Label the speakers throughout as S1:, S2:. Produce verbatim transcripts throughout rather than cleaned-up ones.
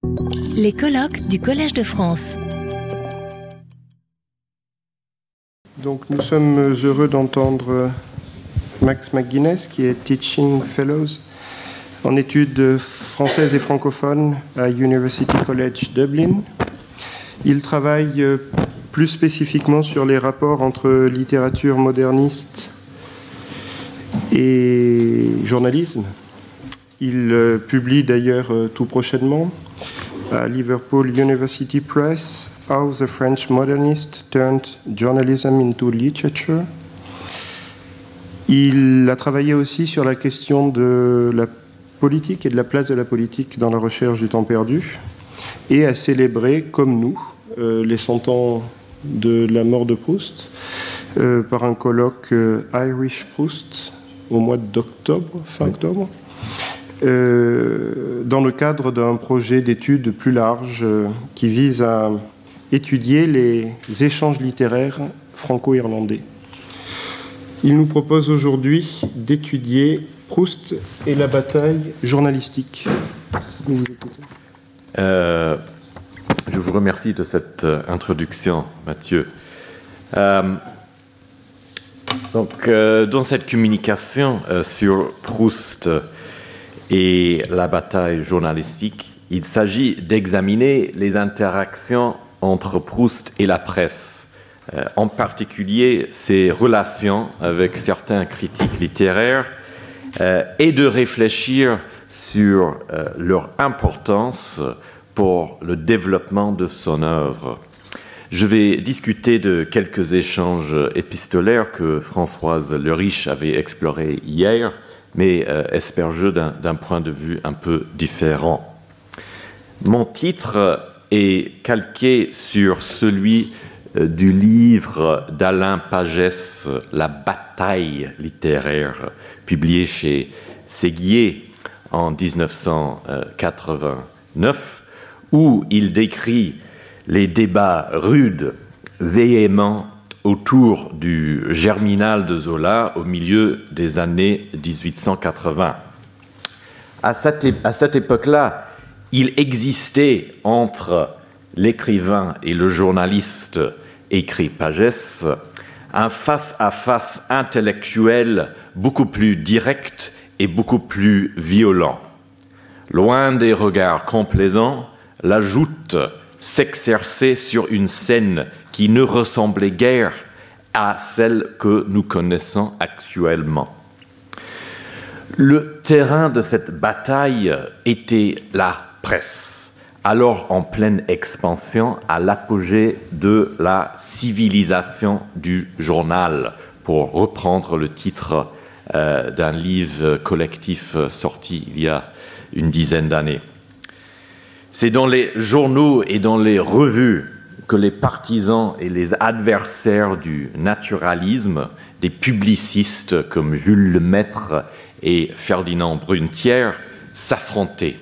S1: Les colloques du Collège de France.
S2: Donc, nous sommes heureux d'entendre Max McGuinness, qui est Teaching Fellows en études françaises et francophones à University College Dublin. Il travaille plus spécifiquement sur les rapports entre littérature moderniste et journalisme. Il publie d'ailleurs tout prochainement à Liverpool University Press, How the French Modernist Turned Journalism into Literature. Il a travaillé aussi sur la question de la politique et de la place de la politique dans la recherche du temps perdu et a célébré, comme nous, euh, les cent ans de la mort de Proust euh, par un colloque euh, Irish Proust au mois d'octobre, fin octobre. Euh, dans le cadre d'un projet d'études plus large euh, qui vise à étudier les échanges littéraires franco-irlandais. Il nous propose aujourd'hui d'étudier Proust et la bataille journalistique. Vous vous écoutez.
S3: Euh, je vous remercie de cette introduction, Mathieu. Euh, donc, euh, dans cette communication euh, sur Proust et la bataille journalistique, il s'agit d'examiner les interactions entre Proust et la presse, euh, en particulier ses relations avec certains critiques littéraires, euh, et de réfléchir sur euh, leur importance pour le développement de son œuvre. Je vais discuter de quelques échanges épistolaires que Françoise Leriche avait explorés hier, mais euh, espère-je d'un, d'un point de vue un peu différent. Mon titre est calqué sur celui euh, du livre d'Alain Pagès, La bataille littéraire, publié chez Séguier en dix-neuf cent quatre-vingt-neuf, où il décrit les débats rudes, véhéments, autour du Germinal de Zola au milieu des années dix-huit cent quatre-vingts. À cette, é- à cette époque-là, il existait entre l'écrivain et le journaliste, écrit Pagès, un face-à-face intellectuel beaucoup plus direct et beaucoup plus violent. Loin des regards complaisants, la joute s'exerçait sur une scène qui ne ressemblait guère à celle que nous connaissons actuellement. Le terrain de cette bataille était la presse, alors en pleine expansion à l'apogée de la civilisation du journal, pour reprendre le titre euh, d'un livre collectif sorti il y a une dizaine d'années. C'est dans les journaux et dans les revues que les partisans et les adversaires du naturalisme, des publicistes comme Jules Lemaître et Ferdinand Brunetière, s'affrontaient.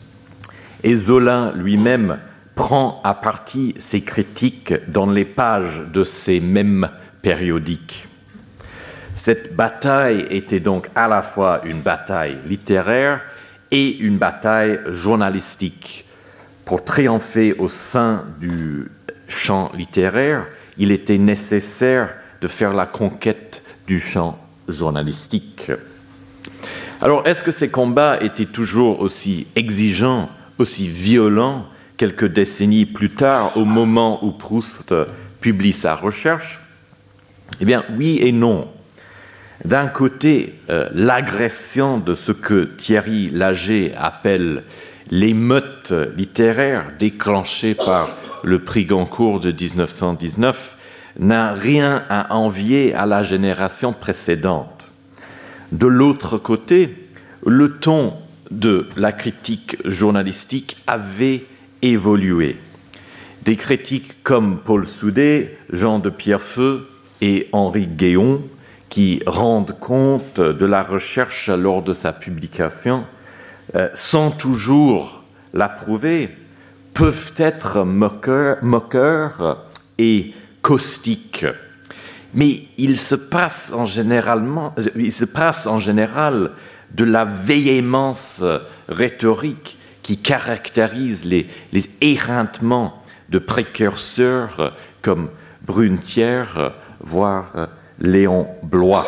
S3: Et Zola lui-même prend à partie ses critiques dans les pages de ces mêmes périodiques. Cette bataille était donc à la fois une bataille littéraire et une bataille journalistique. Pour triompher au sein du champ littéraire, il était nécessaire de faire la conquête du champ journalistique. Alors, est-ce que ces combats étaient toujours aussi exigeants, aussi violents, quelques décennies plus tard, au moment où Proust publie sa recherche? Eh bien, oui et non. D'un côté, euh, l'agression de ce que Thierry Laget appelle l'émeute littéraire déclenchée par le prix Goncourt de dix-neuf cent dix-neuf n'a rien à envier à la génération précédente. De l'autre côté, le ton de la critique journalistique avait évolué. Des critiques comme Paul Soudet, Jean de Pierrefeu et Henri Guéon, qui rendent compte de la recherche lors de sa publication, euh, sans toujours l'approuver, peuvent être moqueurs, moqueurs et caustiques. Mais il se passe en, généralement, il se passe en général de la véhémence rhétorique qui caractérise les, les éreintements de précurseurs comme Brunetière, voire Léon Bloy.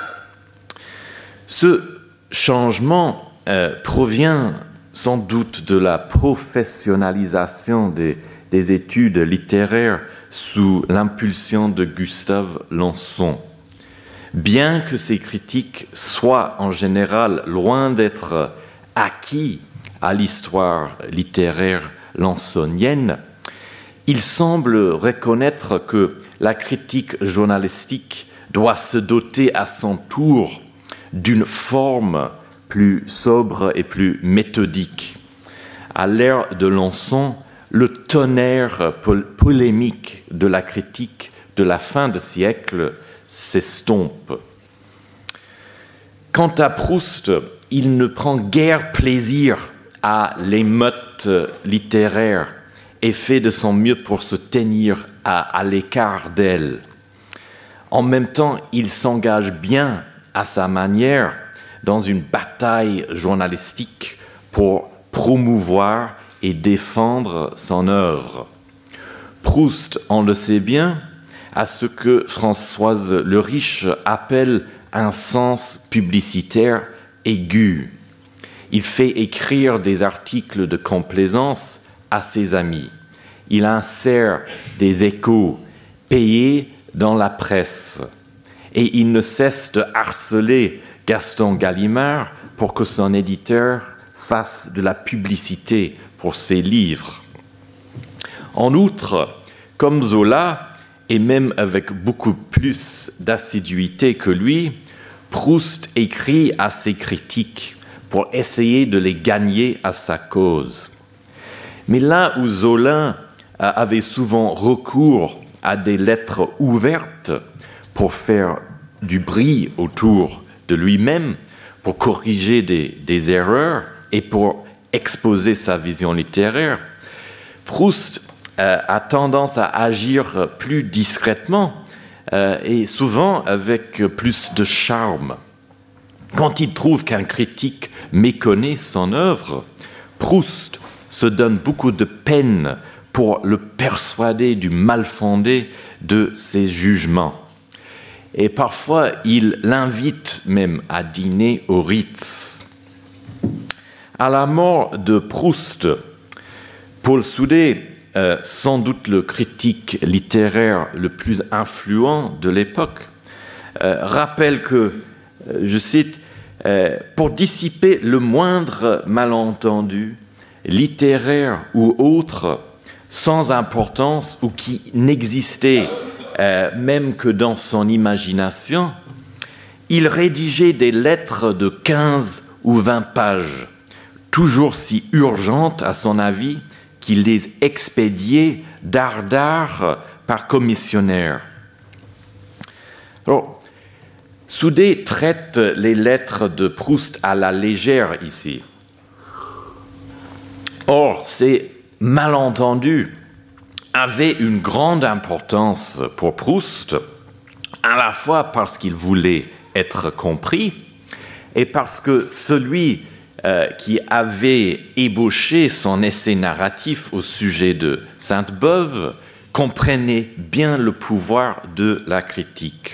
S3: Ce changement euh, provient sans doute de la professionnalisation des, des études littéraires sous l'impulsion de Gustave Lançon. Bien que ces critiques soient en général loin d'être acquis à l'histoire littéraire lansonienne, il semble reconnaître que la critique journalistique doit se doter à son tour d'une forme plus sobre et plus méthodique. À l'ère de Lançon, le tonnerre polémique de la critique de la fin de siècle s'estompe. Quant à Proust, il ne prend guère plaisir à l'émeute littéraire et fait de son mieux pour se tenir à, à l'écart d'elle. En même temps, il s'engage bien à sa manière dans une bataille journalistique pour promouvoir et défendre son œuvre. Proust, on le sait bien, a ce que Françoise Le Riche appelle un sens publicitaire aigu. Il fait écrire des articles de complaisance à ses amis. Il insère des échos payés dans la presse. Et il ne cesse de harceler Gaston Gallimard pour que son éditeur fasse de la publicité pour ses livres. En outre, comme Zola, et même avec beaucoup plus d'assiduité que lui, Proust écrit à ses critiques pour essayer de les gagner à sa cause. Mais là où Zola avait souvent recours à des lettres ouvertes pour faire du bruit autour de lui-même, pour corriger des, des erreurs et pour exposer sa vision littéraire, Proust euh, a tendance à agir plus discrètement euh, et souvent avec plus de charme. Quand il trouve qu'un critique méconnaît son œuvre, Proust se donne beaucoup de peine pour le persuader du mal-fondé de ses jugements. Et parfois, il l'invite même à dîner au Ritz. À la mort de Proust, Paul Soudet, euh, sans doute le critique littéraire le plus influent de l'époque, euh, rappelle que, euh, je cite, euh, « Pour dissiper le moindre malentendu, littéraire ou autre, sans importance ou qui n'existait euh, même que dans son imagination, il rédigeait des lettres de quinze ou vingt pages, toujours si urgentes à son avis qu'il les expédiait dardard par commissionnaire. » Alors, Soudet traite les lettres de Proust à la légère ici. Or, ces malentendus avaient une grande importance pour Proust, à la fois parce qu'il voulait être compris et parce que celui euh, qui avait ébauché son essai narratif au sujet de Sainte-Beuve comprenait bien le pouvoir de la critique.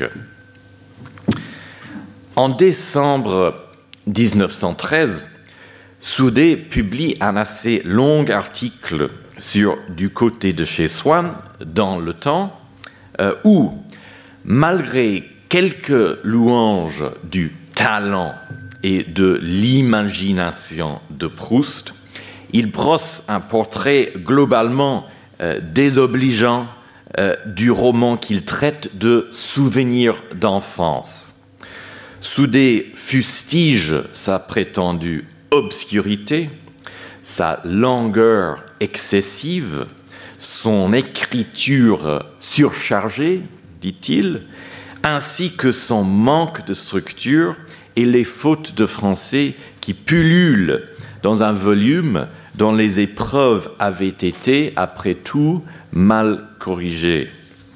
S3: En décembre dix-neuf cent treize, Soudet publie un assez long article sur Du côté de chez Swann dans Le Temps, euh, où, malgré quelques louanges du talent et de l'imagination de Proust, il brosse un portrait globalement euh, désobligeant euh, du roman qu'il traite de souvenirs d'enfance. Soudet fustige sa prétendue obscurité, sa langueur excessive, son écriture surchargée, dit-il, ainsi que son manque de structure et les fautes de français qui pullulent dans un volume dont les épreuves avaient été, après tout, mal corrigées.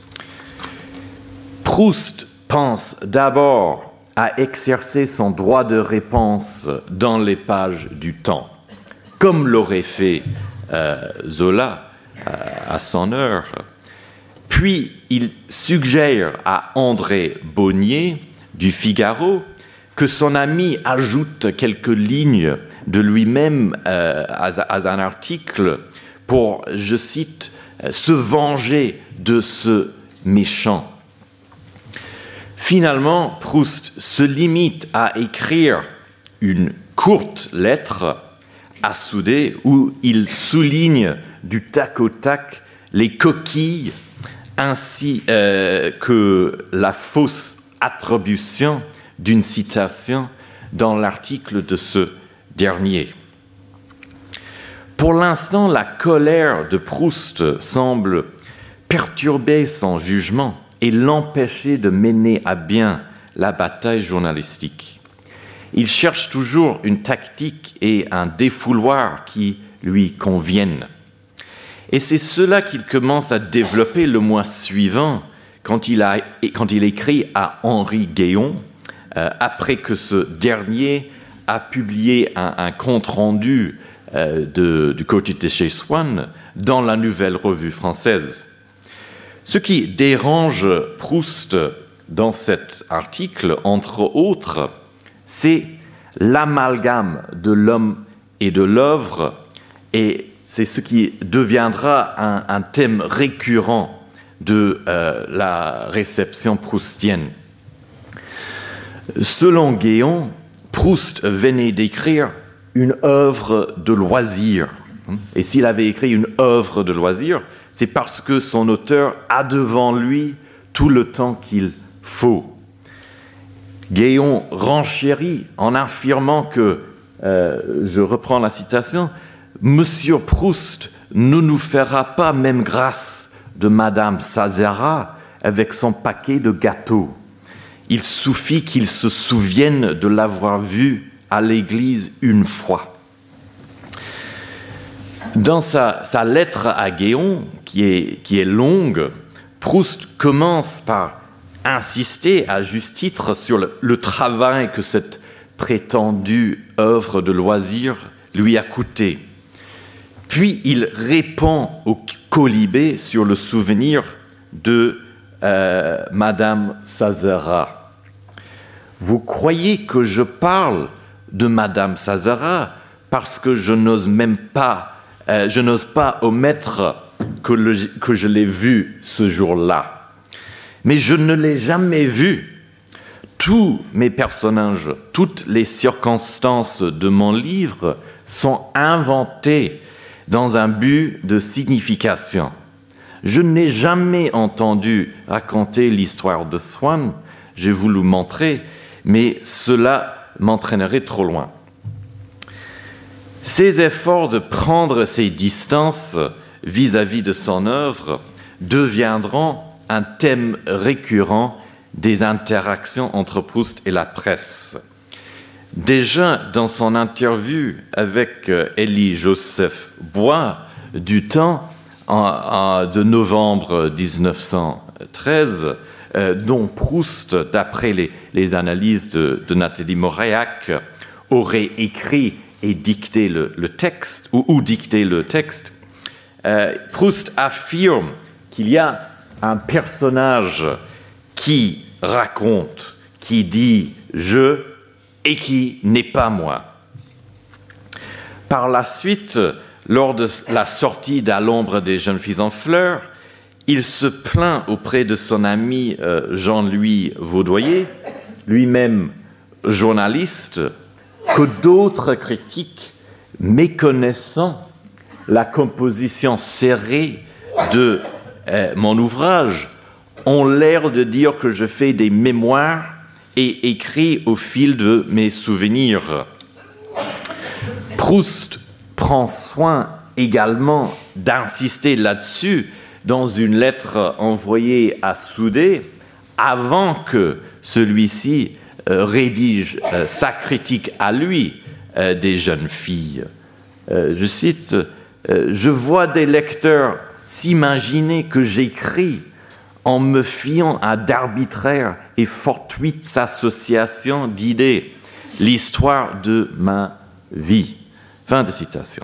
S3: Proust pense d'abord à exercer son droit de réponse dans les pages du Temps. comme l'aurait fait euh, Zola euh, à son heure. Puis il suggère à André Bonnier du Figaro que son ami ajoute quelques lignes de lui-même euh, à, à un article pour, je cite, se venger de ce méchant. Finalement, Proust se limite à écrire une courte lettre à Sodé où il souligne du tac au tac les coquilles ainsi euh, que la fausse attribution d'une citation dans l'article de ce dernier. Pour l'instant, la colère de Proust semble perturber son jugement et l'empêcher de mener à bien la bataille journalistique. Il cherche toujours une tactique et un défouloir qui lui conviennent. Et c'est cela qu'il commence à développer le mois suivant quand il, a, quand il écrit à Henri Guéon, euh, après que ce dernier a publié un, un compte-rendu euh, de, du côté de chez Swann dans la Nouvelle Revue Française. Ce qui dérange Proust dans cet article, entre autres, c'est l'amalgame de l'homme et de l'œuvre, et c'est ce qui deviendra un, un thème récurrent de euh, la réception proustienne. Selon Guéon, Proust venait d'écrire une œuvre de loisir. Et s'il avait écrit une œuvre de loisir, c'est parce que son auteur a devant lui tout le temps qu'il faut. Guéon renchérit en affirmant que, euh, je reprends la citation, « Monsieur Proust ne nous fera pas même grâce de Madame Sazera avec son paquet de gâteaux. Il suffit qu'il se souvienne de l'avoir vu à l'église une fois. » Dans sa, sa lettre à Guéon, qui est, qui est longue, Proust commence par insister à juste titre sur le, le travail que cette prétendue œuvre de loisir lui a coûté. Puis il répond au colibé sur le souvenir de euh, Madame Sazera. Vous croyez que je parle de Madame Sazera parce que je n'ose même pas, euh, je n'ose pas omettre que, le, que je l'ai vue ce jour-là. Mais je ne l'ai jamais vue. Tous mes personnages, toutes les circonstances de mon livre sont inventées dans un but de signification. Je n'ai jamais entendu raconter l'histoire de Swann, j'ai voulu montrer, mais cela m'entraînerait trop loin. Ces efforts de prendre ses distances vis-à-vis de son œuvre deviendront un thème récurrent des interactions entre Proust et la presse. Déjà dans son interview avec Élie Joseph Bois du Temps en, en, de novembre dix-neuf cent treize, euh, dont Proust, d'après les, les analyses de, de Nathalie Moréac, aurait écrit et dicté le, le texte, ou, ou dicté le texte, euh, Proust affirme qu'il y a un personnage qui raconte, qui dit « je » et qui n'est pas moi. Par la suite, lors de la sortie d'À l'ombre des jeunes filles en fleurs, il se plaint auprès de son ami Jean-Louis Vaudoyer, lui-même journaliste, que d'autres critiques, méconnaissant la composition serrée de euh, mon ouvrage, ont l'air de dire que je fais des mémoires et écrit au fil de mes souvenirs. Proust prend soin également d'insister là-dessus dans une lettre envoyée à Sodé avant que celui-ci euh, rédige euh, sa critique à lui euh, des jeunes filles. Euh, je cite, euh, « Je vois des lecteurs s'imaginer que j'écris en me fiant à d'arbitraires et fortuites associations d'idées, l'histoire de ma vie. » Fin de citation.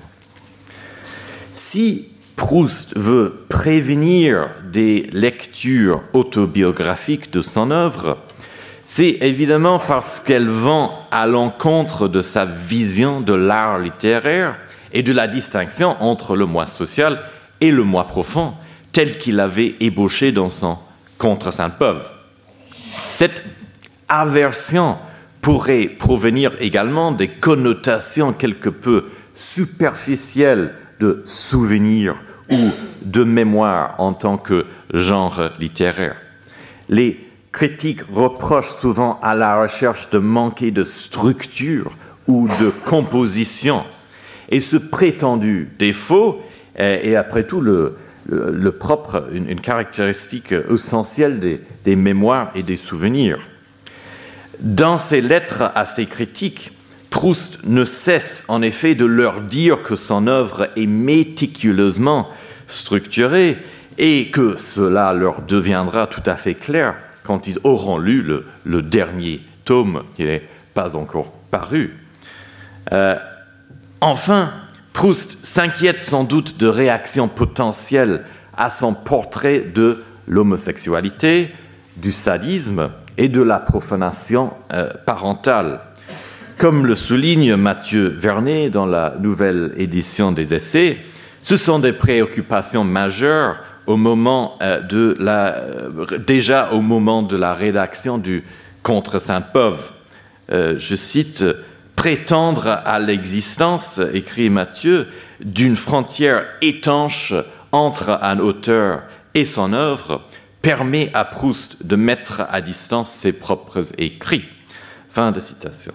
S3: Si Proust veut prévenir des lectures autobiographiques de son œuvre, c'est évidemment parce qu'elles vont à l'encontre de sa vision de l'art littéraire et de la distinction entre le moi social et le moi profond, tel qu'il avait ébauché dans son Contre Sainte-Beuve. Cette aversion pourrait provenir également des connotations quelque peu superficielles de souvenir ou de mémoire en tant que genre littéraire. Les critiques reprochent souvent à la recherche de manquer de structure ou de composition. Et ce prétendu défaut est, est après tout le, le, le propre, une, une caractéristique essentielle des, des mémoires et des souvenirs. Dans ses lettres à ses critiques, Proust ne cesse en effet de leur dire que son œuvre est méticuleusement structurée et que cela leur deviendra tout à fait clair quand ils auront lu le, le dernier tome qui n'est pas encore paru. Euh, enfin, Proust s'inquiète sans doute de réactions potentielles à son portrait de l'homosexualité, du sadisme et de la profanation euh, parentale. Comme le souligne Mathieu Vernet dans la nouvelle édition des Essais, ce sont des préoccupations majeures au moment euh, de la, euh, déjà au moment de la rédaction du Contre Sainte-Beuve. Euh, je cite, « Prétendre à l'existence, écrit Mathieu, d'une frontière étanche entre un auteur et son œuvre permet à Proust de mettre à distance ses propres écrits. » Fin de citation.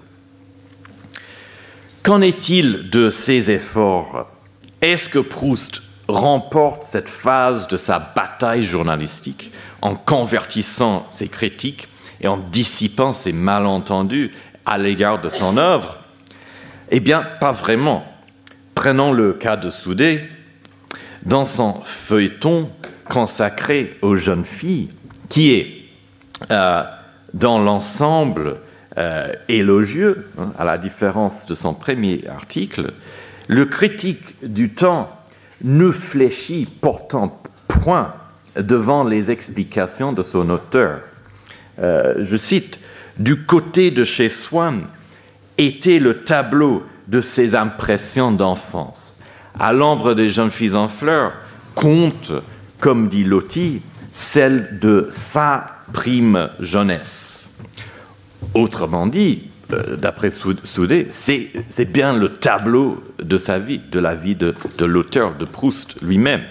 S3: Qu'en est-il de ces efforts? Est-ce que Proust remporte cette phase de sa bataille journalistique en convertissant ses critiques et en dissipant ses malentendus à l'égard de son œuvre? Eh bien, pas vraiment. Prenons le cas de Saudet. Dans son feuilleton consacré aux jeunes filles, qui est, euh, dans l'ensemble, euh, élogieux, hein, à la différence de son premier article, le critique du temps ne fléchit pourtant point devant les explications de son auteur. Euh, je cite, « Du côté de chez Swann était le tableau de ses impressions d'enfance. À l'ombre des jeunes filles en fleurs, compte, comme dit Loti, celle de sa prime jeunesse. » Autrement dit, euh, d'après Saudet, c'est, c'est bien le tableau de sa vie, de la vie de, de l'auteur, de Proust lui-même.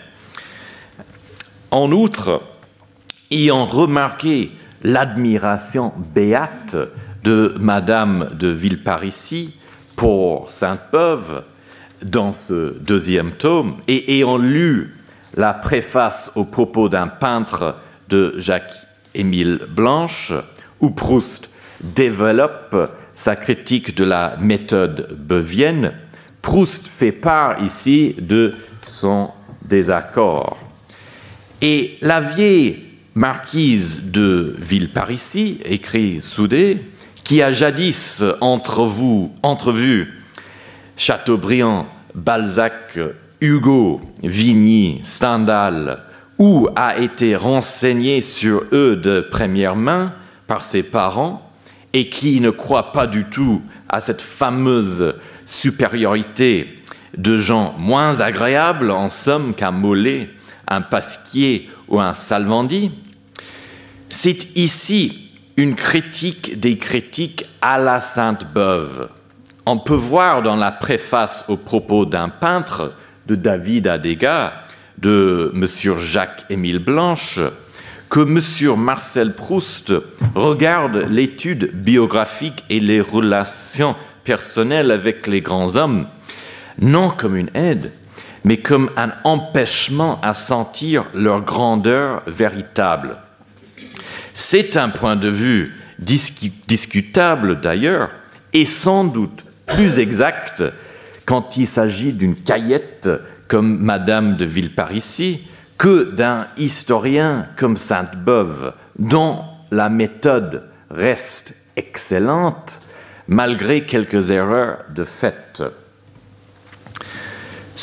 S3: En outre, ayant remarqué l'admiration béate de Madame de Villeparisis pour Sainte-Beuve dans ce deuxième tome, et ayant lu la préface au propos d'un peintre de Jacques-Émile Blanche, où Proust développe sa critique de la méthode beuvienne, Proust fait part ici de son désaccord. Et la vieille marquise de Villeparisis, écrit Saudet, qui a jadis entrevu, entrevu Chateaubriand, Balzac, Hugo, Vigny, Stendhal, ou a été renseignée sur eux de première main par ses parents, et qui ne croit pas du tout à cette fameuse supériorité de gens moins agréables, en somme, qu'un Molé, un Pasquier ou un Salvandi, c'est ici une critique des critiques à la Sainte-Beuve. On peut voir dans la préface au propos d'un peintre de David Adégat, de M. Jacques-Émile Blanche, que M. Marcel Proust regarde l'étude biographique et les relations personnelles avec les grands hommes, non comme une aide, mais comme un empêchement à sentir leur grandeur véritable. C'est un point de vue discu- discutable d'ailleurs, et sans doute plus exact quand il s'agit d'une caillette comme Madame de Villeparisis que d'un historien comme Sainte-Beuve, dont la méthode reste excellente malgré quelques erreurs de fait.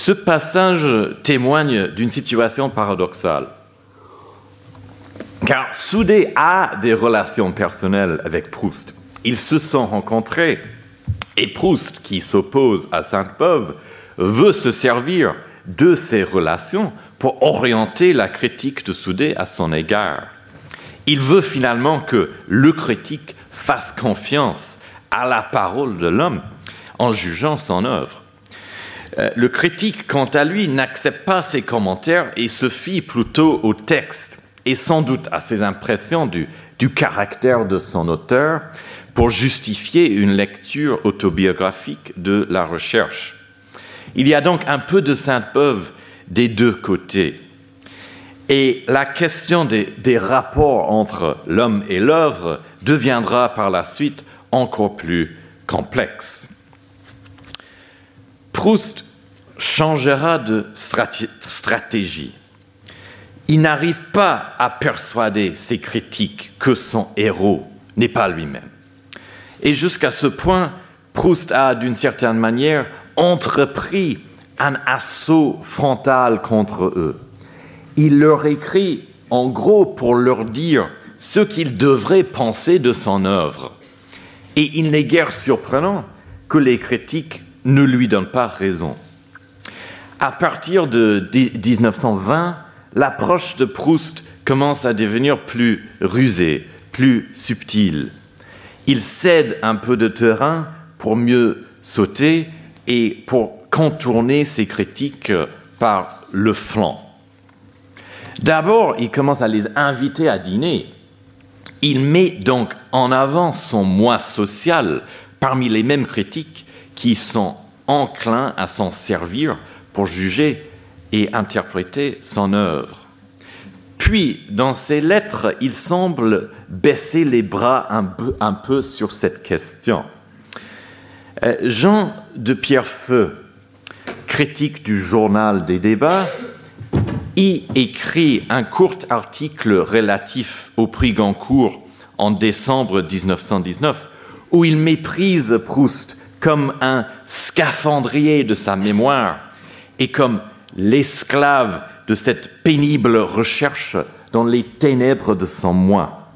S3: Ce passage témoigne d'une situation paradoxale. Car Seudet a des relations personnelles avec Proust. Ils se sont rencontrés et Proust, qui s'oppose à Sainte-Beuve, veut se servir de ces relations pour orienter la critique de Seudet à son égard. Il veut finalement que le critique fasse confiance à la parole de l'homme en jugeant son œuvre. Euh, le critique, quant à lui, n'accepte pas ses commentaires et se fie plutôt au texte et sans doute à ses impressions du, du caractère de son auteur pour justifier une lecture autobiographique de la recherche. Il y a donc un peu de Sainte-Beuve des deux côtés. Et la question des, des rapports entre l'homme et l'œuvre deviendra par la suite encore plus complexe. Proust changera de straté- stratégie. Il n'arrive pas à persuader ses critiques que son héros n'est pas lui-même. Et jusqu'à ce point, Proust a, d'une certaine manière, entrepris un assaut frontal contre eux. Il leur écrit, en gros, pour leur dire ce qu'ils devraient penser de son œuvre. Et il n'est guère surprenant que les critiques ne lui donnent pas raison. À partir de dix-neuf cent vingt, l'approche de Proust commence à devenir plus rusée, plus subtile. Il cède un peu de terrain pour mieux sauter et pour contourner ses critiques par le flanc. D'abord, il commence à les inviter à dîner. Il met donc en avant son moi social parmi les mêmes critiques qui sont enclins à s'en servir pour juger et interpréter son œuvre. Puis, dans ses lettres, il semble baisser les bras un peu, un peu sur cette question. Jean de Pierrefeu, critique du Journal des débats, y écrit un court article relatif au prix Goncourt en décembre dix-neuf cent dix-neuf, où il méprise Proust comme un scaphandrier de sa mémoire et comme l'esclave de cette pénible recherche dans les ténèbres de son moi.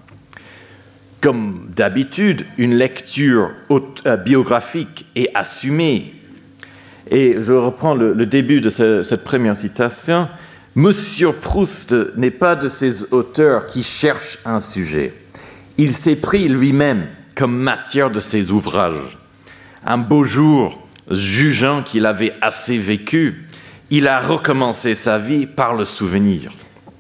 S3: Comme d'habitude, une lecture biographique est assumée. Et je reprends le, le début de ce, cette première citation. « Monsieur Proust n'est pas de ces auteurs qui cherchent un sujet. Il s'est pris lui-même comme matière de ses ouvrages. Un beau jour, jugeant qu'il avait assez vécu, il a recommencé sa vie par le souvenir. »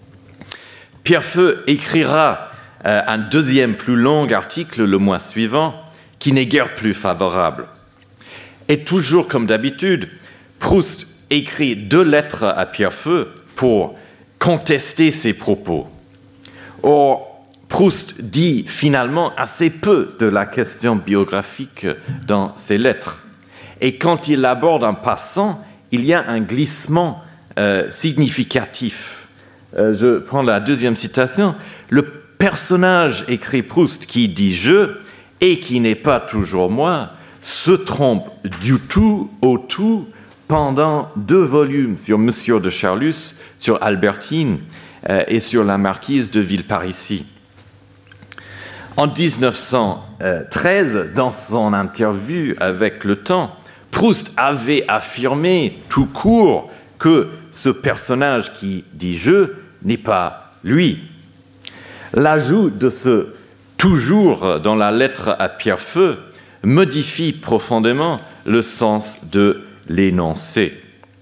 S3: Pierrefeu écrira euh, un deuxième plus long article le mois suivant, qui n'est guère plus favorable. Et toujours comme d'habitude, Proust écrit deux lettres à Pierrefeu pour contester ses propos. Or, Proust dit finalement assez peu de la question biographique dans ses lettres. Et quand il l'aborde en passant, il y a un glissement euh, significatif. Euh, je prends la deuxième citation. Le personnage, écrit Proust, qui dit « je » et qui n'est pas toujours moi, se trompe du tout au tout pendant deux volumes sur Monsieur de Charlus, sur Albertine euh, et sur la marquise de Villeparisis. En dix-neuf cent treize, dans son interview avec Le Temps, Proust avait affirmé tout court que ce personnage qui dit « je » n'est pas lui. L'ajout de ce « toujours » dans la lettre à Pierrefeu modifie profondément le sens de l'énoncé.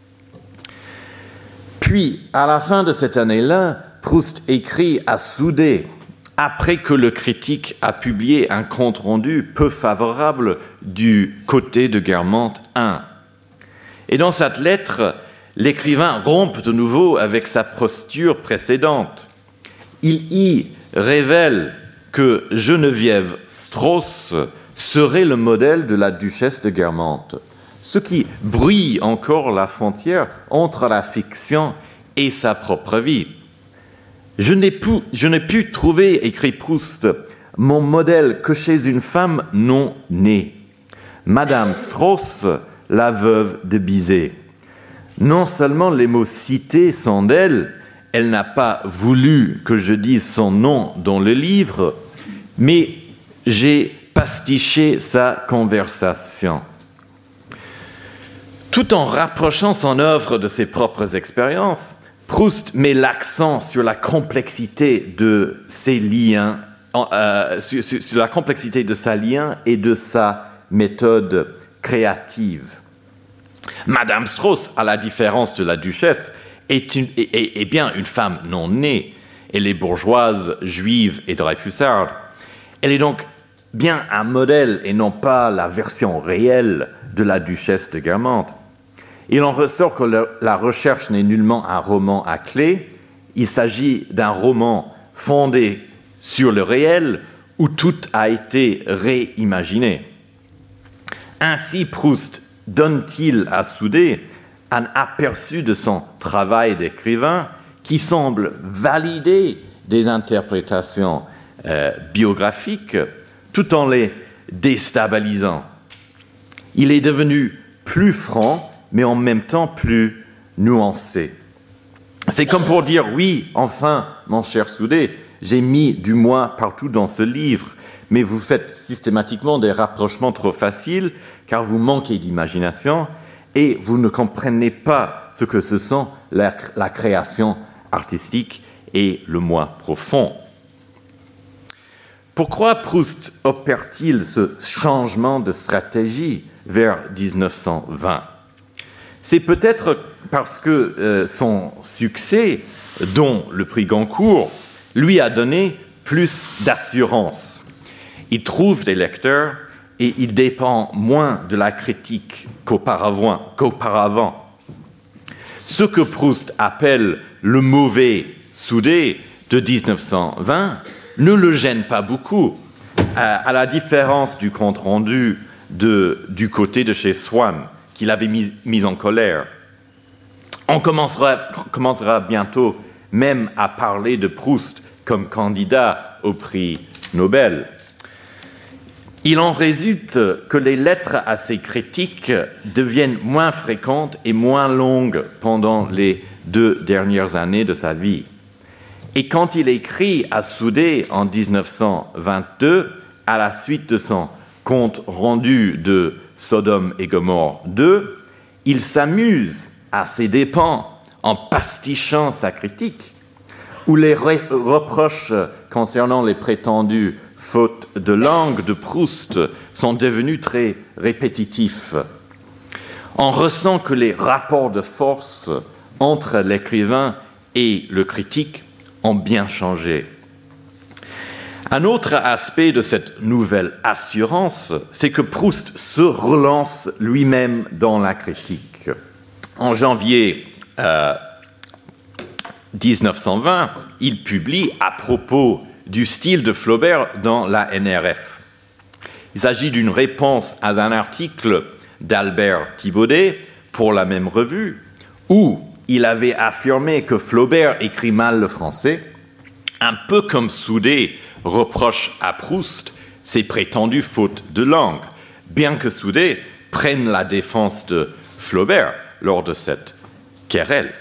S3: Puis, à la fin de cette année-là, Proust écrit à Seudet, après que le critique a publié un compte-rendu peu favorable du côté de Guermantes un. Et dans cette lettre, l'écrivain rompt de nouveau avec sa posture précédente. Il y révèle que Geneviève Strauss serait le modèle de la duchesse de Guermantes, ce qui brouille encore la frontière entre la fiction et sa propre vie. Je n'ai pu, je n'ai pu trouver, écrit Proust, mon modèle que chez une femme non née, Madame Strauss, la veuve de Bizet. non seulement les mots cités sont d'elle, elle n'a pas voulu que je dise son nom dans le livre, mais j'ai pastiché sa conversation. Tout en rapprochant son œuvre de ses propres expériences, Proust met l'accent sur la complexité de ses liens, euh, sur, sur, sur la complexité de sa lien et de sa méthode créative. Madame Strauss, à la différence de la duchesse, est, une, est, est bien une femme non née. Elle est bourgeoise, juive et dreyfusarde. Elle est donc bien un modèle et non pas la version réelle de la duchesse de Guermantes. Il en ressort que le, la recherche n'est nullement un roman à clé. Il s'agit d'un roman fondé sur le réel où tout a été réimaginé. Ainsi, Proust donne-t-il à Seudet un aperçu de son travail d'écrivain qui semble valider des interprétations euh, biographiques tout en les déstabilisant. Il est devenu plus franc, mais en même temps plus nuancé. C'est comme pour dire, oui, enfin, mon cher Seudet, j'ai mis du moi partout dans ce livre, mais vous faites systématiquement des rapprochements trop faciles, car vous manquez d'imagination, et vous ne comprenez pas ce que ce sont la, la création artistique et le moi profond. Pourquoi Proust opère-t-il ce changement de stratégie vers dix-neuf cent vingt ? C'est peut-être parce que euh, son succès, dont le prix Goncourt, lui a donné plus d'assurance. Il trouve des lecteurs et il dépend moins de la critique qu'auparavant. qu'auparavant. Ce que Proust appelle le mauvais Seudet de dix-neuf cent vingt ne le gêne pas beaucoup, à la différence du compte-rendu de, du côté de chez Swann, qu'il avait mis, mis en colère. On commencera, commencera bientôt même à parler de Proust comme candidat au prix Nobel. Il en résulte que les lettres à ses critiques deviennent moins fréquentes et moins longues pendant les deux dernières années de sa vie. Et quand il écrit à Seudet en dix-neuf cent vingt-deux, à la suite de son compte rendu de Sodome et Gomorrhe deux, il s'amuse à ses dépens en pastichant sa critique, où les re- reproches concernant les prétendues fautes de langue de Proust sont devenus très répétitifs. On ressent que les rapports de force entre l'écrivain et le critique ont bien changé. Un autre aspect de cette nouvelle assurance, c'est que Proust se relance lui-même dans la critique. En janvier euh, dix-neuf cent vingt, il publie à propos du style de Flaubert dans la N R F. Il s'agit d'une réponse à un article d'Albert Thibaudet pour la même revue, où il avait affirmé que Flaubert écrit mal le français, un peu comme Seudet reproche à Proust ses prétendues fautes de langue, bien que Seudet prenne la défense de Flaubert lors de cette querelle.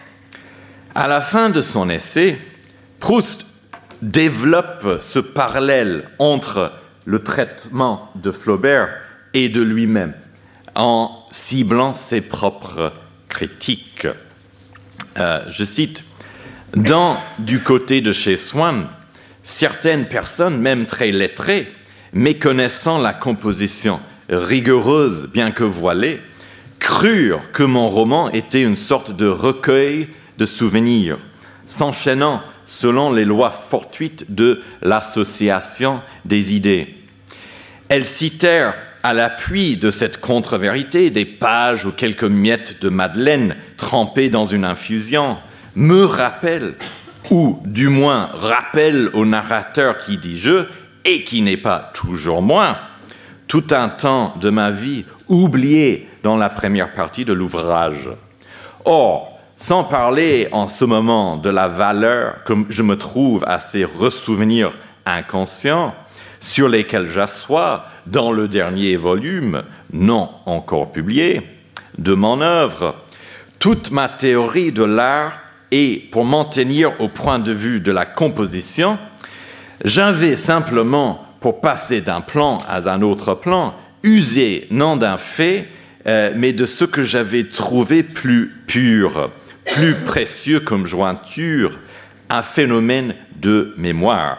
S3: À la fin de son essai, Proust développe ce parallèle entre le traitement de Flaubert et de lui-même, en ciblant ses propres critiques. Euh, je cite, « Dans Du côté de chez Swann, certaines personnes, même très lettrées, méconnaissant la composition rigoureuse, bien que voilée, crurent que mon roman était une sorte de recueil de souvenirs, s'enchaînant selon les lois fortuites de l'association des idées. Elles citèrent à l'appui de cette contre-vérité des pages ou quelques miettes de madeleine trempées dans une infusion, me rappellent, ou du moins rappellent au narrateur qui dit « je » et qui n'est pas toujours moi, tout un temps de ma vie oublié dans la première partie de l'ouvrage. Or, sans parler en ce moment de la valeur que je me trouve à ces ressouvenirs inconscients sur lesquels j'assois dans le dernier volume, non encore publié, de mon œuvre, toute ma théorie de l'art et pour m'en tenir au point de vue de la composition, j'avais simplement, pour passer d'un plan à un autre plan, usé non d'un fait, euh, mais de ce que j'avais trouvé plus pur, plus précieux comme jointure, un phénomène de mémoire.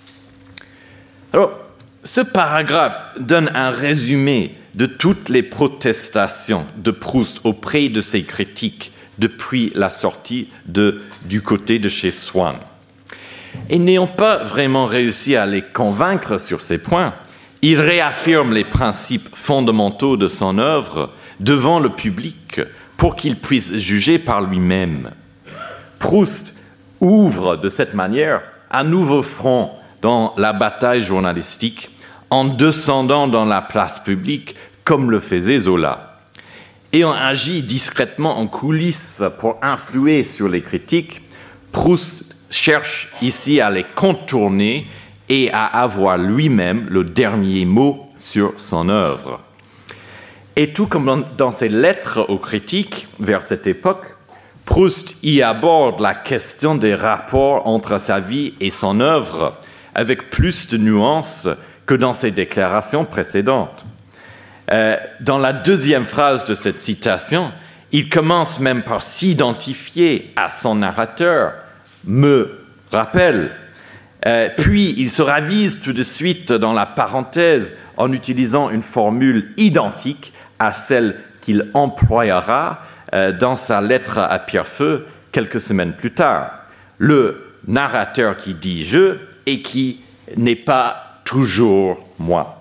S3: Alors, ce paragraphe donne un résumé de toutes les protestations de Proust auprès de ses critiques depuis la sortie de Du côté de chez Swann. Et n'ayant pas vraiment réussi à les convaincre sur ces points, il réaffirme les principes fondamentaux de son œuvre devant le public pour qu'il puisse juger par lui-même. Proust ouvre de cette manière un nouveau front dans la bataille journalistique en descendant dans la place publique comme le faisait Zola. Ayant agi discrètement en coulisses pour influer sur les critiques, Proust cherche ici à les contourner et à avoir lui-même le dernier mot sur son œuvre. Et tout comme dans ses lettres aux critiques vers cette époque, Proust y aborde la question des rapports entre sa vie et son œuvre avec plus de nuances que dans ses déclarations précédentes. Euh, dans la deuxième phrase de cette citation, il commence même par s'identifier à son narrateur, me rappelle, euh, puis il se ravise tout de suite dans la parenthèse en utilisant une formule identique à celle qu'il employera euh, dans sa lettre à Pierrefeu quelques semaines plus tard. Le narrateur qui dit « je » et qui n'est pas toujours moi.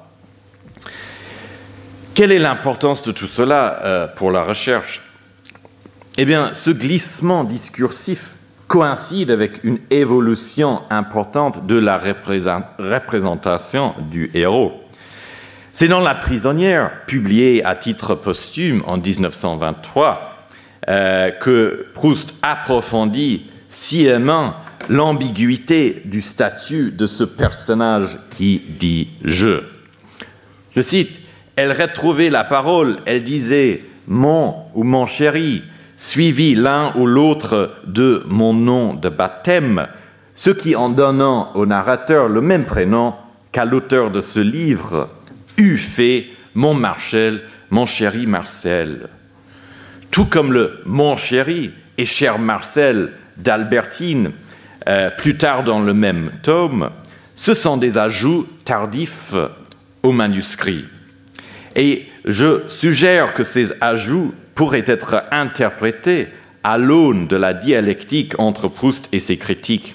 S3: Quelle est l'importance de tout cela euh, pour la recherche? Eh bien, ce glissement discursif coïncide avec une évolution importante de la représent- représentation du héros. C'est dans La prisonnière, publiée à titre posthume en dix-neuf cent vingt-trois, euh, que Proust approfondit sciemment l'ambiguïté du statut de ce personnage qui dit « je ». Je cite, « Elle retrouvait la parole, elle disait « mon » ou « mon chéri », suivi l'un ou l'autre de mon nom de baptême, ce qui, en donnant au narrateur le même prénom qu'à l'auteur de ce livre, eût fait « mon Marcel », « mon chéri Marcel ». Tout comme le « mon chéri » et « cher Marcel » d'Albertine, euh, plus tard dans le même tome, ce sont des ajouts tardifs au manuscrit. Et je suggère que ces ajouts pourraient être interprétés à l'aune de la dialectique entre Proust et ses critiques.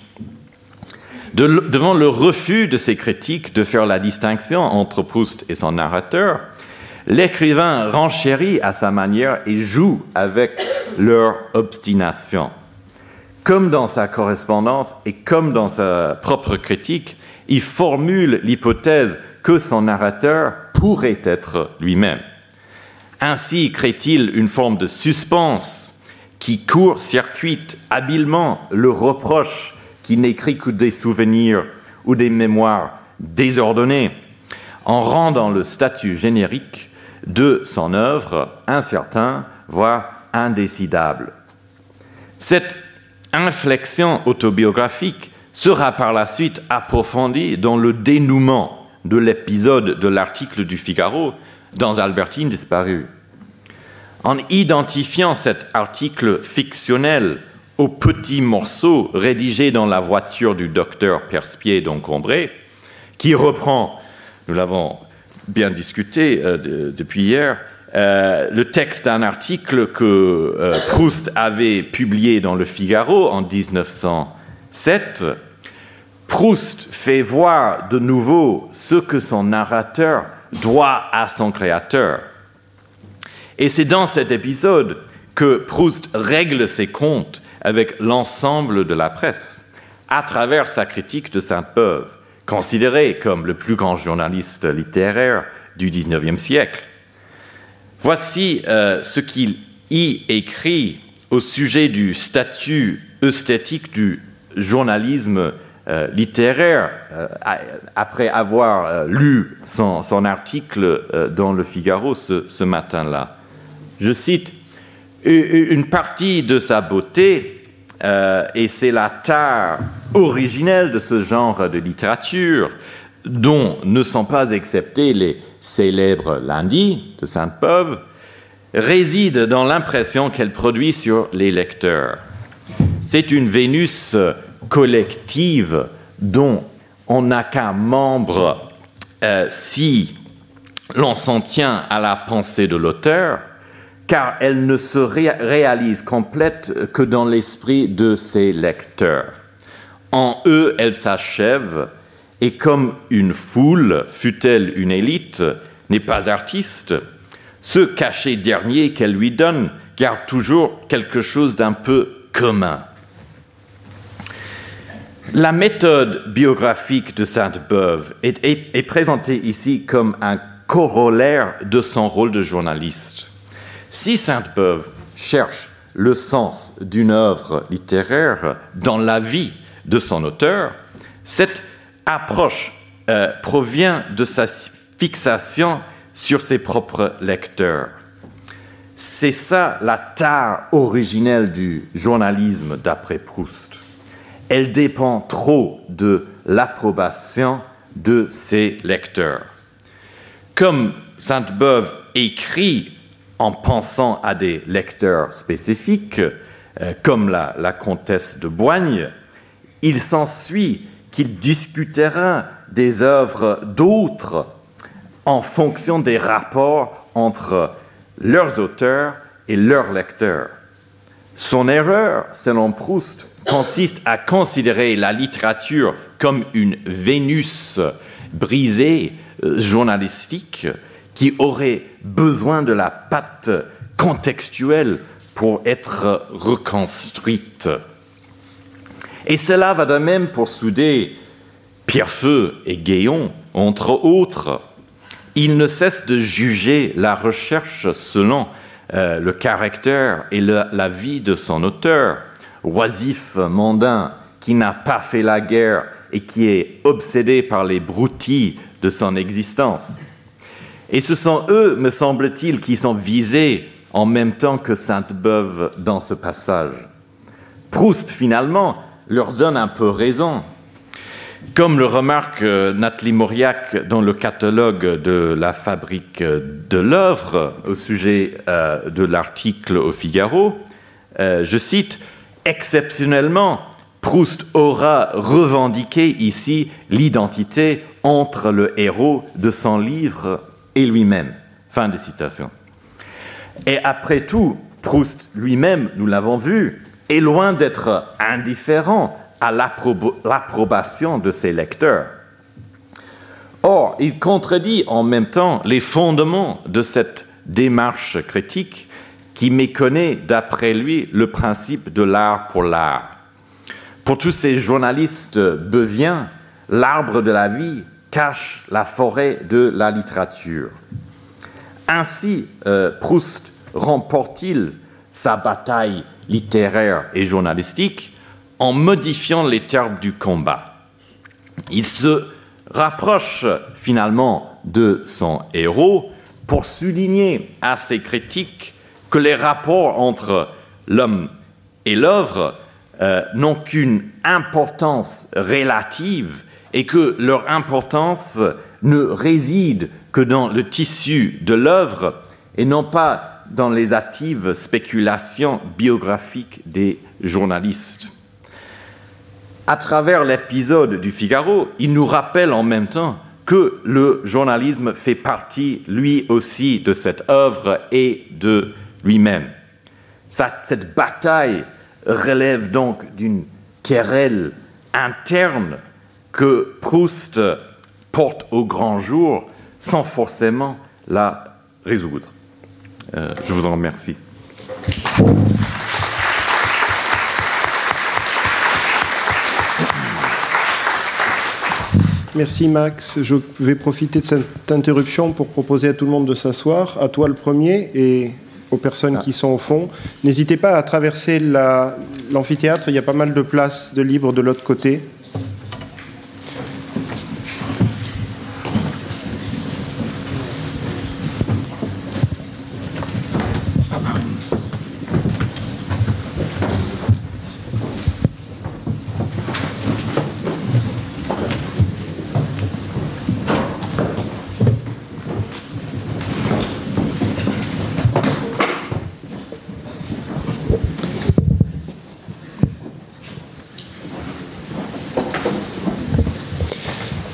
S3: De, devant le refus de ses critiques de faire la distinction entre Proust et son narrateur, l'écrivain renchérit à sa manière et joue avec leur obstination. Comme dans sa correspondance et comme dans sa propre critique, il formule l'hypothèse que son narrateur pourrait être lui-même. Ainsi crée-t-il une forme de suspense qui court-circuite habilement le reproche qui n'écrit que des souvenirs ou des mémoires désordonnées, en rendant le statut générique de son œuvre incertain, voire indécidable. Cette inflexion autobiographique sera par la suite approfondie dans le dénouement de l'épisode de l'article du Figaro dans Albertine disparue. En identifiant cet article fictionnel aux petits morceaux rédigés dans la voiture du docteur Perspier d'Encombré, qui reprend, nous l'avons bien discuté euh, de, depuis hier, euh, le texte d'un article que euh, Proust avait publié dans le Figaro en dix-neuf cent sept, Proust fait voir de nouveau ce que son narrateur doit à son créateur. Et c'est dans cet épisode que Proust règle ses comptes avec l'ensemble de la presse, à travers sa critique de Sainte-Beuve, considéré comme le plus grand journaliste littéraire du dix-neuvième siècle. Voici euh, ce qu'il y écrit au sujet du statut esthétique du journalisme euh, littéraire, euh, après avoir euh, lu son, son article euh, dans le Figaro ce, ce matin-là. Je cite, « une partie de sa beauté, euh, et c'est la tare originelle de ce genre de littérature, dont ne sont pas exceptés les célèbres lundis de Sainte-Beuve, réside dans l'impression qu'elle produit sur les lecteurs. C'est une Vénus collective dont on n'a qu'un membre euh, si l'on s'en tient à la pensée de l'auteur, car elle ne se ré- réalise complète que dans l'esprit de ses lecteurs. En eux, elle s'achève, et comme une foule, fût-elle une élite, n'est pas artiste, ce cachet dernier qu'elle lui donne garde toujours quelque chose d'un peu commun. La méthode biographique de Sainte-Beuve est, est, est présentée ici comme un corollaire de son rôle de journaliste. Si Sainte-Beuve cherche le sens d'une œuvre littéraire dans la vie de son auteur, cette approche euh, provient de sa fixation sur ses propres lecteurs. C'est ça la tare originelle du journalisme d'après Proust. Elle dépend trop de l'approbation de ses lecteurs. Comme Sainte-Beuve écrit en pensant à des lecteurs spécifiques, euh, comme la, la comtesse de Boigne, il s'ensuit qu'il discutera des œuvres d'autres en fonction des rapports entre leurs auteurs et leurs lecteurs. Son erreur, selon Proust, consiste à considérer la littérature comme une Vénus brisée, euh, journalistique, qui aurait besoin de la pâte contextuelle pour être reconstruite. Et cela va de même pour souder Pierrefeu et Guéon, entre autres. Il ne cesse de juger la recherche selon euh, le caractère et le, la vie de son auteur, oisif, mondain, qui n'a pas fait la guerre et qui est obsédé par les broutilles de son existence. Et ce sont eux, me semble-t-il, qui sont visés en même temps que Sainte-Beuve dans ce passage. Proust, finalement, leur donne un peu raison. Comme le remarque Nathalie Mauriac dans le catalogue de la Fabrique de l'œuvre au sujet euh, de l'article au Figaro, euh, je cite, « Exceptionnellement, Proust aura revendiqué ici l'identité entre le héros de son livre et lui-même. » Fin de citation. Et après tout, Proust lui-même, nous l'avons vu, est loin d'être indifférent à l'approb- l'approbation de ses lecteurs. Or, il contredit en même temps les fondements de cette démarche critique qui méconnaît, d'après lui, le principe de l'art pour l'art. Pour tous ces journalistes beuviens, l'arbre de la vie cache la forêt de la littérature. Ainsi, euh, Proust remporte-t-il sa bataille littéraire et journalistique en modifiant les termes du combat. Il se rapproche finalement de son héros pour souligner à ses critiques que les rapports entre l'homme et l'œuvre euh, n'ont qu'une importance relative et que leur importance ne réside que dans le tissu de l'œuvre et non pas dans les hâtives spéculations biographiques des journalistes. À travers l'épisode du Figaro, il nous rappelle en même temps que le journalisme fait partie, lui aussi, de cette œuvre et de lui-même. Cette bataille relève donc d'une querelle interne que Proust porte au grand jour sans forcément la résoudre. Euh, je vous en remercie.
S2: Merci Max. Je vais profiter de cette interruption pour proposer à tout le monde de s'asseoir, à toi le premier et aux personnes ah. qui sont au fond. N'hésitez pas à traverser la, l'amphithéâtre, il y a pas mal de places de libre de l'autre côté.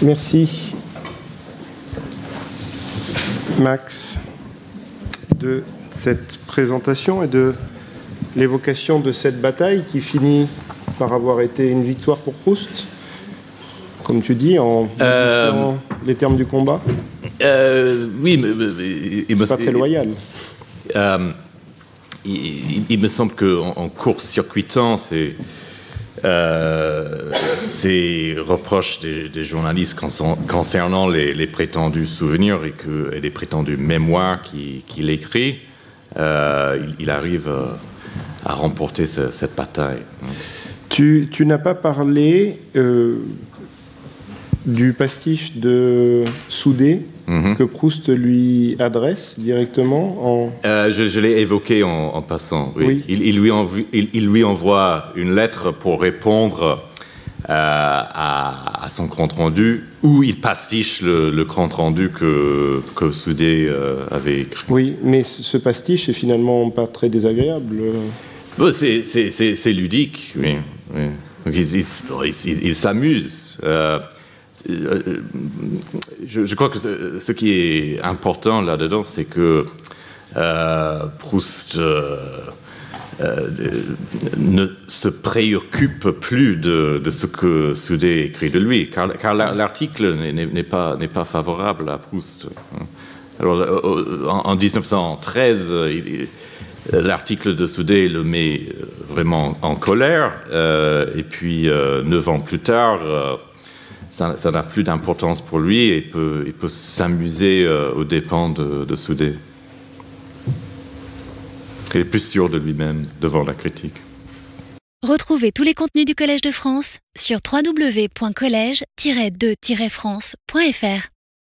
S2: Merci, Max, de cette présentation et de l'évocation de cette bataille qui finit par avoir été une victoire pour Proust, comme tu dis, en
S3: Euh,
S2: modifiant les termes du combat.
S3: Euh, oui, mais, mais- mais- il,
S2: C'est
S3: me,
S2: pas très loyal.
S3: euh, il, il- il me semble qu'en en court-circuitant ces, euh, ces reproches des, des journalistes concern- concernant les, les prétendus souvenirs et, que, et les prétendues mémoires qu'il qu'il écrit, euh, il, il arrive euh, à remporter ce- cette bataille.
S2: Tu, tu n'as pas parlé euh, du pastiche de Soudé
S3: Mhm.
S2: que Proust lui adresse directement en...
S3: Euh, je je l'ai évoqué en, en passant. Oui.
S2: Oui.
S3: Il, il lui env- il- il lui envoie une lettre pour répondre euh, à, à son compte rendu, où il pastiche le, le compte rendu que, que Soudé euh, avait écrit.
S2: Oui, mais ce ce pastiche est finalement pas très désagréable.
S3: Bon, c'est- c'est c'est- c'est ludique, oui. oui. Donc, il il- il- il s'amuse. Euh, euh, je, je crois que ce, ce qui est important là-dedans, c'est que euh, Proust euh, euh, ne se préoccupe plus de, de ce que Soudé écrit de lui, car, car la- l'article n'est- n'est n'est pas, n'est pas favorable à Proust. Alors, euh, en, en mille neuf cent treize, il- il- l'article de Soudé le met euh, vraiment en colère, euh, et puis euh, neuf ans plus tard, euh, ça ça n'a plus d'importance pour lui et il peut, il peut s'amuser euh, aux dépens de, de Soudé. Il est plus sûr de lui-même devant la critique.
S1: Retrouvez tous les contenus du Collège de France sur w w w point collège tiret de tiret france point f r.